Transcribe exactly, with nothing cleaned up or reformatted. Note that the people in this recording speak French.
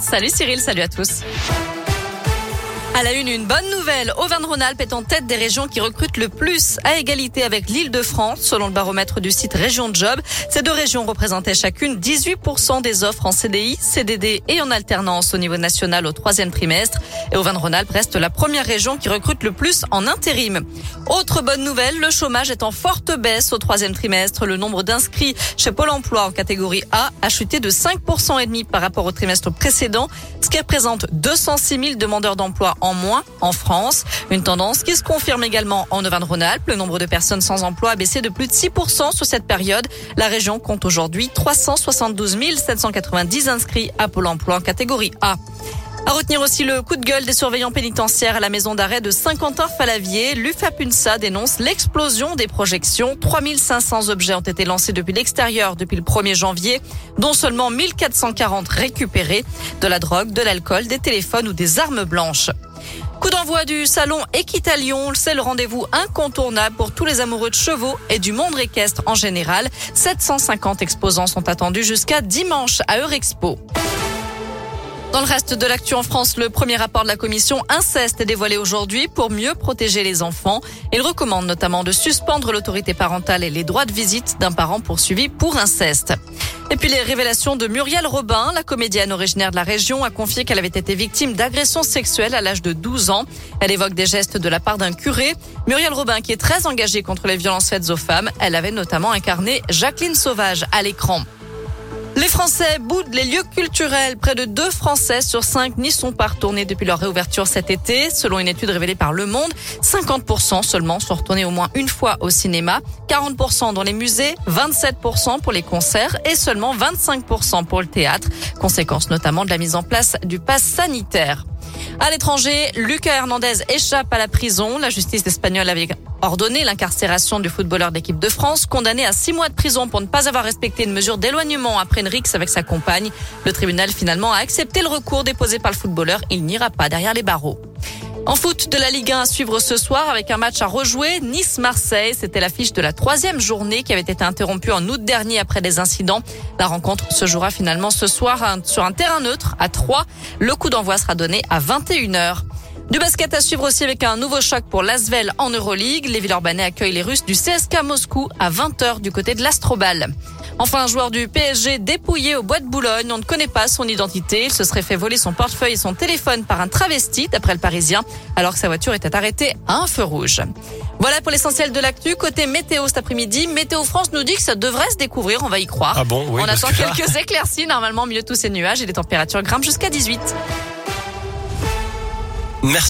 Salut Cyril, salut à tous. À la une, une bonne nouvelle. Auvergne-Rhône-Alpes est en tête des régions qui recrutent le plus, à égalité avec l'Île-de-France, selon le baromètre du site Région Job. Ces deux régions représentaient chacune dix-huit pour cent des offres en C D I, C D D et en alternance au niveau national au troisième trimestre. Et Auvergne-Rhône-Alpes reste la première région qui recrute le plus en intérim. Autre bonne nouvelle, le chômage est en forte baisse au troisième trimestre. Le nombre d'inscrits chez Pôle emploi en catégorie A a chuté de cinq pour cent et demi par rapport au trimestre précédent, ce qui représente deux cent six mille demandeurs d'emploi en moins en France. Une tendance qui se confirme également en Auvergne-Rhône-Alpes. Le nombre de personnes sans emploi a baissé de plus de six pour cent sur cette période. La région compte aujourd'hui trois cent soixante-douze mille sept cent quatre-vingt-dix inscrits à Pôle emploi en catégorie A. À retenir aussi le coup de gueule des surveillants pénitentiaires à la maison d'arrêt de Saint-Quentin-Fallavier. L'UFAPUNSA dénonce l'explosion des projections. trois mille cinq cents objets ont été lancés depuis l'extérieur depuis le premier janvier, dont seulement mille quatre cent quarante récupérés. De la drogue, de l'alcool, des téléphones ou des armes blanches. Coup d'envoi du salon Équitalion, c'est le rendez-vous incontournable pour tous les amoureux de chevaux et du monde équestre en général. sept cent cinquante exposants sont attendus jusqu'à dimanche à Eurexpo. Dans le reste de l'actu en France, le premier rapport de la commission inceste est dévoilé aujourd'hui pour mieux protéger les enfants. Il recommande notamment de suspendre l'autorité parentale et les droits de visite d'un parent poursuivi pour inceste. Et puis les révélations de Muriel Robin, la comédienne originaire de la région, a confié qu'elle avait été victime d'agressions sexuelles à l'âge de douze ans. Elle évoque des gestes de la part d'un curé. Muriel Robin, qui est très engagée contre les violences faites aux femmes, elle avait notamment incarné Jacqueline Sauvage à l'écran. Les Français boudent les lieux culturels. Près de deux Français sur cinq n'y sont pas retournés depuis leur réouverture cet été. Selon une étude révélée par Le Monde, cinquante pour cent seulement sont retournés au moins une fois au cinéma, quarante pour cent dans les musées, vingt-sept pour cent pour les concerts et seulement vingt-cinq pour cent pour le théâtre. Conséquence notamment de la mise en place du pass sanitaire. À l'étranger, Lucas Hernandez échappe à la prison. La justice espagnole avait ordonné l'incarcération du footballeur d'équipe de France, condamné à six mois de prison pour ne pas avoir respecté une mesure d'éloignement après une rixe avec sa compagne. Le tribunal finalement a accepté le recours déposé par le footballeur. Il n'ira pas derrière les barreaux. En foot, de la Ligue un à suivre ce soir avec un match à rejouer. Nice-Marseille, c'était l'affiche de la troisième journée qui avait été interrompue en août dernier après des incidents. La rencontre se jouera finalement ce soir sur un terrain neutre à Troyes. Le coup d'envoi sera donné à vingt et une heures. Du basket à suivre aussi avec un nouveau choc pour l'Asvel en Euroleague. Les Villeurbanais accueillent les Russes du C S K Moscou à vingt heures du côté de l'Astrobal. Enfin, un joueur du P S G dépouillé au Bois de Boulogne. On ne connaît pas son identité. Il se serait fait voler son portefeuille et son téléphone par un travesti, d'après le Parisien, alors que sa voiture était arrêtée à un feu rouge. Voilà pour l'essentiel de l'actu. Côté météo cet après-midi, Météo France nous dit que ça devrait se découvrir, on va y croire. Ah bon, oui, on attend que là... quelques éclaircies, normalement au milieu de tous ces nuages, et les températures grimpent jusqu'à dix-huit. Merci.